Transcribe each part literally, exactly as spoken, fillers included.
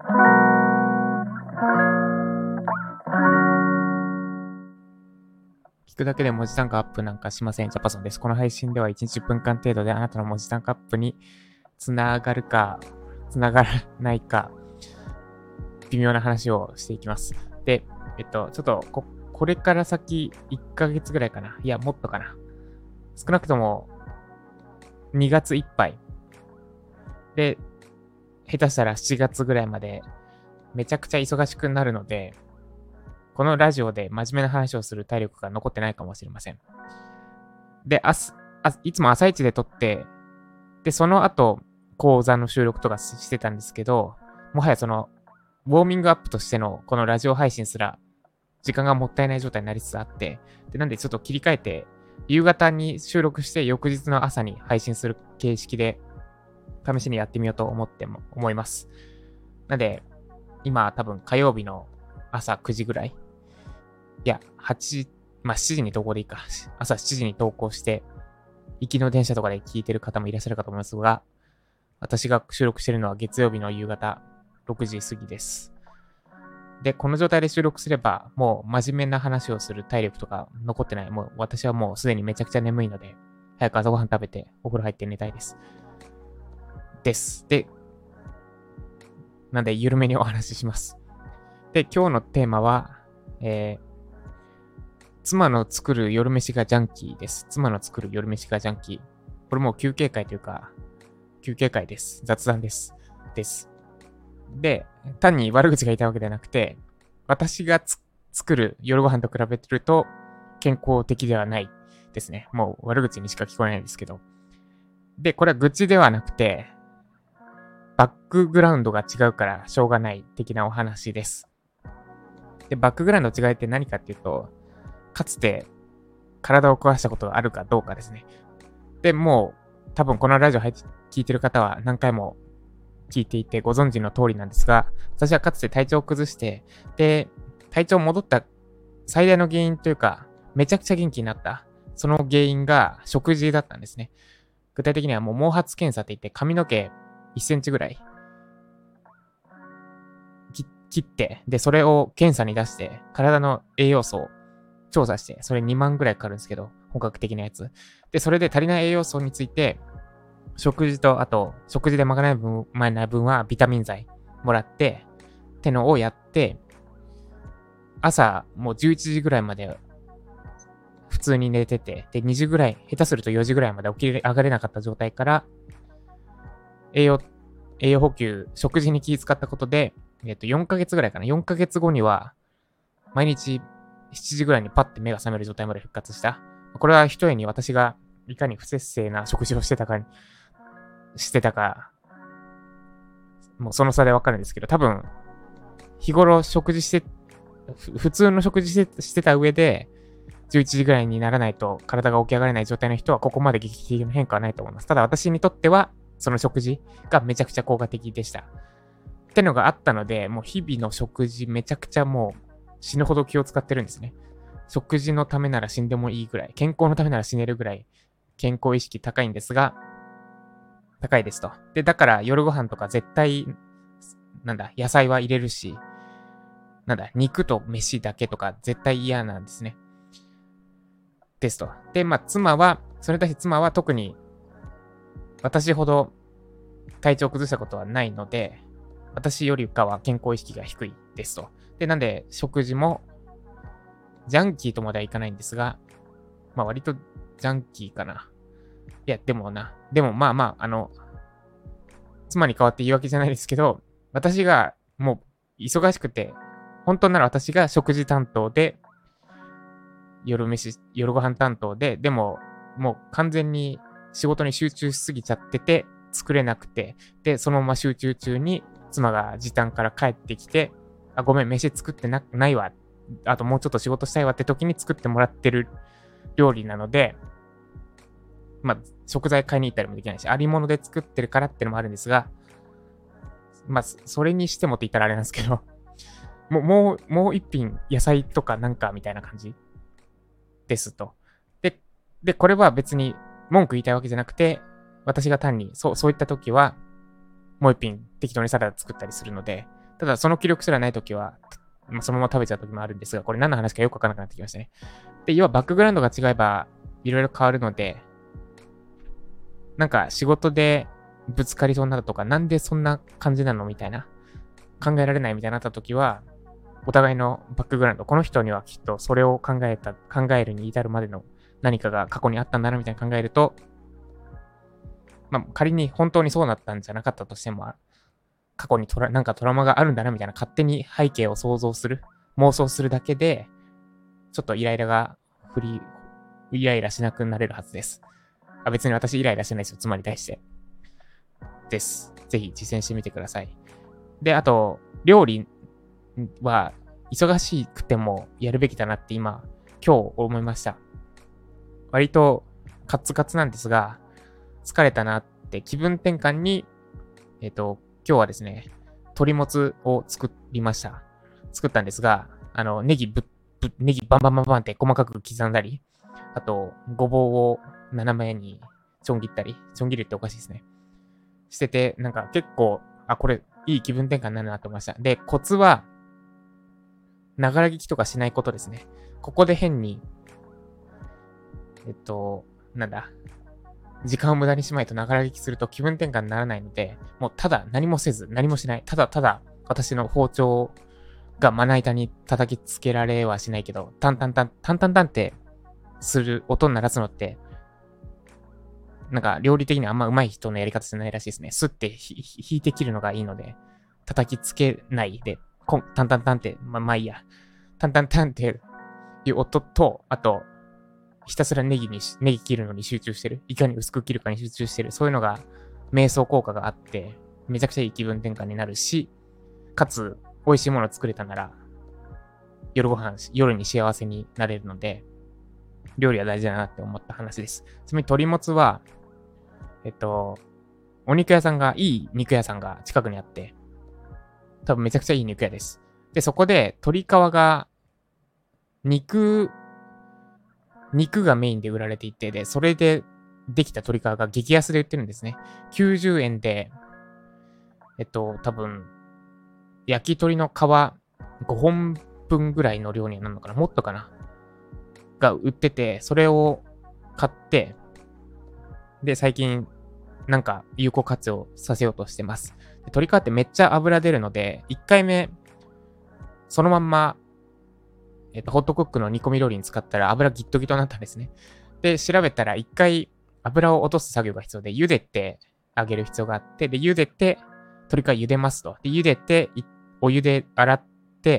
聞くだけで文字単価アップなんかしません。ジャパソンです。この配信ではいちにちじゅっぷんかん程度であなたの文字単価アップにつながるか、つながらないか、微妙な話をしていきます。で、えっと、ちょっとこ、これから先いっかげつぐらいかな。いや、もっとかな。少なくともにがついっぱい。で、下手したらしちがつぐらいまでめちゃくちゃ忙しくなるので、このラジオで真面目な話をする体力が残ってないかもしれません。で、あす、あいつも朝一で撮って、で、その後、講座の収録とかしてたんですけど、もはやその、ウォーミングアップとしてのこのラジオ配信すら、時間がもったいない状態になりつつあって、で、なんでちょっと切り替えて、夕方に収録して翌日の朝に配信する形式で、試しにやってみようと思っても、思います。なんで、今多分火曜日の朝くじぐらい、いや、はちじ、まあしちじに投稿でいいか。朝しちじに投稿して、行きの電車とかで聞いてる方もいらっしゃるかと思いますが、私が収録してるのは月曜日の夕方ろくじ過ぎです。で、この状態で収録すれば、もう真面目な話をする体力とか残ってない。もう私はもうすでにめちゃくちゃ眠いので、早く朝ごはん食べてお風呂入って寝たいです。です。で、なんで緩めにお話しします。で、今日のテーマは、えー、妻の作る夜飯がジャンキーです。妻の作る夜飯がジャンキー。これもう休憩会というか、休憩会です。雑談です。です。で、単に悪口が言いたいわけではなくて、私がつ作る夜ご飯と比べてると健康的ではないですね。もう悪口にしか聞こえないんですけど。で、これは愚痴ではなくて、バックグラウンドが違うからしょうがない的なお話です。で、バックグラウンドの違いって何かっていうと、かつて体を壊したことがあるかどうかですね。で、もう多分このラジオ聞いてる方は何回も聞いていてご存知の通りなんですが、私はかつて体調を崩して、で、体調戻った最大の原因というか、めちゃくちゃ元気になった。その原因が食事だったんですね。具体的にはもう毛髪検査って言って髪の毛いっセンチぐらい切って、で、それを検査に出して、体の栄養素を調査して、それにまんぐらいかかるんですけど、本格的なやつ。で、それで足りない栄養素について、食事と、あと、食事で賄えない分、賄えない分はビタミン剤もらって、ってのをやって、朝、もうじゅういちじぐらいまで、普通に寝てて、で、にじぐらい、下手するとよじぐらいまで起き上がれなかった状態から、栄養、栄養補給、食事に気遣ったことで、えっと、よんかげつぐらいかな。よんかげつごには、毎日しちじぐらいにパッて目が覚める状態まで復活した。これは一重に私がいかに不節制な食事をしてたかに、してたか、もうその差でわかるんですけど、多分、日頃食事して、普通の食事して、してた上で、じゅういちじぐらいにならないと体が起き上がれない状態の人はここまで劇的な変化はないと思います。ただ私にとっては、その食事がめちゃくちゃ効果的でした。ってのがあったので、もう日々の食事めちゃくちゃもう死ぬほど気を使ってるんですね。食事のためなら死んでもいいぐらい、健康のためなら死ねるぐらい健康意識高いんですが、高いですと。で、だから夜ご飯とか絶対、なんだ、野菜は入れるし、なんだ、肉と飯だけとか絶対嫌なんですね。ですと。で、まあ妻は、それに対して妻は特に私ほど体調を崩したことはないので、私よりかは健康意識が低いですと。で、なんで食事もジャンキーとまではいかないんですが、まあ割とジャンキーかな。いや、でもな。でもまあまあ、あの、妻に代わって言い訳じゃないですけど、私がもう忙しくて、本当なら私が食事担当で、夜飯、夜ご飯担当で、でももう完全に仕事に集中しすぎちゃってて、作れなくて、で、そのまま集中中に妻が時短から帰ってきて、あ、ごめん、飯作ってな、ないわ。あともうちょっと仕事したいわって時に作ってもらってる料理なので、まあ、食材買いに行ったりもできないし、ありもので作ってるからってのもあるんですが、まあ、それにしてもって言ったらあれなんですけど、もう、もう、もう一品野菜とかなんかみたいな感じですと。で、で、これは別に文句言いたいわけじゃなくて、私が単に、そう、そういった時は、もう一品適当にサラダ作ったりするので、 ただその気力すらないときは、まあ、そのまま食べちゃうときもあるんですが、これ何の話かよくわからなくなってきましたね。で、要はバックグラウンドが違えば、いろいろ変わるので、なんか仕事でぶつかりそうになったとか、なんでそんな感じなのみたいな、考えられないみたいになったときは、お互いのバックグラウンド、この人にはきっとそれを考えた、考えるに至るまでの何かが過去にあったんだなみたいな考えると、まあ仮に本当にそうなったんじゃなかったとしても、過去にトラなんかトラウマがあるんだなみたいな勝手に背景を想像する、妄想するだけで、ちょっとイライラが振り、イライラしなくなれるはずです。あ、別に私イライラしてないですよ。妻に対して。です。ぜひ実践してみてください。で、あと、料理は忙しくてもやるべきだなって今、今日思いました。割とカツカツなんですが、疲れたなって気分転換に、えっと、今日はですね、鶏もつを作りました。作ったんですが、あの、ネギぶっ、ぶネギバンバンバンバンって細かく刻んだり、あと、ごぼうを斜めにちょん切ったり、ちょん切るっておかしいですね。してて、なんか結構、あ、これ、いい気分転換になるなと思いました。で、コツは、ながら聞きとかしないことですね。ここで変に、えっと、なんだ、時間を無駄にしまいとながら聞きすると気分転換にならないので、もうただ何もせず、何もしない。ただただ私の包丁がまな板に叩きつけられはしないけど、タンタンタン、タンタンタンってする音に鳴らすのって、なんか料理的にあんま上手い人のやり方じゃないらしいですね。スッて引いて切るのがいいので、叩きつけないで、コンタンタンタンって、まあ、まあいいや。タンタンタンっていう音と、あと、ひたすらネギに、ネギ切るのに集中してる。いかに薄く切るかに集中してる。そういうのが、瞑想効果があって、めちゃくちゃいい気分転換になるし、かつ、美味しいものを作れたなら、夜ご飯、夜に幸せになれるので、料理は大事だなって思った話です。ちなみに鶏もつは、えっと、お肉屋さんが、いい肉屋さんが近くにあって、多分めちゃくちゃいい肉屋です。で、そこで鶏皮が、肉、肉がメインで売られていて、で、それでできた鶏皮が激安で売ってるんですね。きゅうじゅうえんで、えっと、多分、焼き鳥の皮ごほんぶんぐらいの量になるのかな、もっとかなが売ってて、それを買って、で、最近、なんか有効活用させようとしてます。で鶏皮ってめっちゃ油出るので、いっかいめ、そのまんま、えっと、ホットクックの煮込み料理に使ったら油ギットギトになったんですね。で、調べたら一回油を落とす作業が必要で、茹でてあげる必要があって、で、茹でて、鶏皮茹でますと。で、茹でて、お湯で洗って、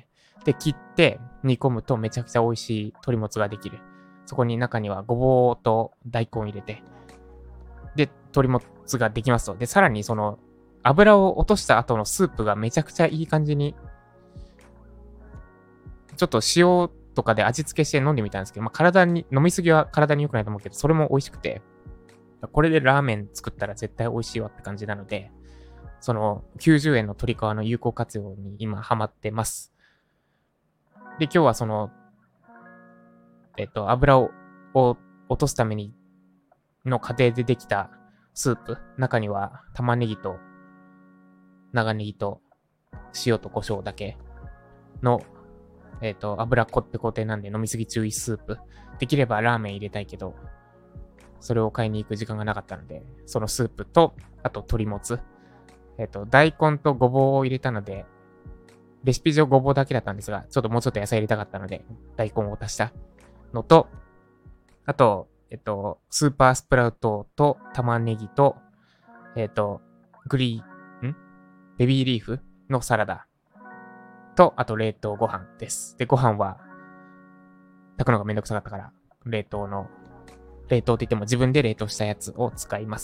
で、切って煮込むとめちゃくちゃ美味しい鶏もつができる。そこに中にはごぼうと大根入れて、で、鶏もつができますと。で、さらにその、油を落とした後のスープがめちゃくちゃいい感じに、ちょっと塩とかで味付けして飲んでみたんですけど、まあ、体に、飲みすぎは体に良くないと思うけど、それも美味しくて、これでラーメン作ったら絶対美味しいわって感じなので、そのきゅうじゅうえんの鶏皮の有効活用に今ハマってます。で、今日はその、えっと、油をを落とすためにの過程でできたスープ、中には玉ねぎと長ネギと塩と胡椒だけの、えっと、油こってこてなんで飲みすぎ注意スープ。できればラーメン入れたいけど、それを買いに行く時間がなかったので、そのスープと、あと鶏もつ。えっと、大根とごぼうを入れたので、レシピ上ごぼうだけだったんですが、ちょっともうちょっと野菜入れたかったので、大根を足したのと、あと、えっと、スーパースプラウトと玉ねぎと、えっと、グリーン、んベビーリーフのサラダと、あと冷凍ご飯です。で、ご飯は、炊くのがめんどくさかったから、冷凍の、冷凍って言っても自分で冷凍したやつを使います。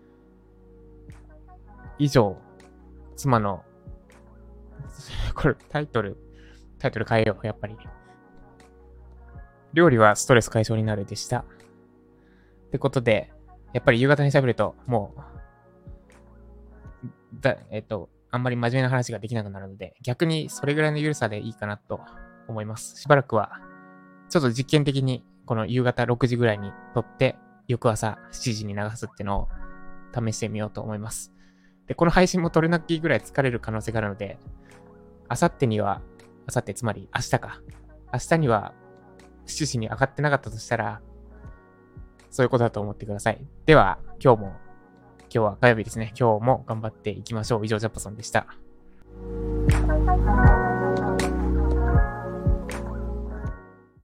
以上、妻の、これタイトル、タイトル変えよう、やっぱり。料理はストレス解消になるでした。ってことで、やっぱり夕方に喋ると、もう、だ、えっと、あんまり真面目な話ができなくなるので、逆にそれぐらいの緩さでいいかなと思います。しばらくは、ちょっと実験的に、この夕方ろくじぐらいに撮って、翌朝しちじに流すってのを試してみようと思います。 で、この配信も取れなきぐらい疲れる可能性があるので、あさってには、あさってつまり明日か。明日にはしちじに上がってなかったとしたら、そういうことだと思ってください。では、今日も、今日は火曜日ですね。今日も頑張っていきましょう。以上、ジャッパソンでした。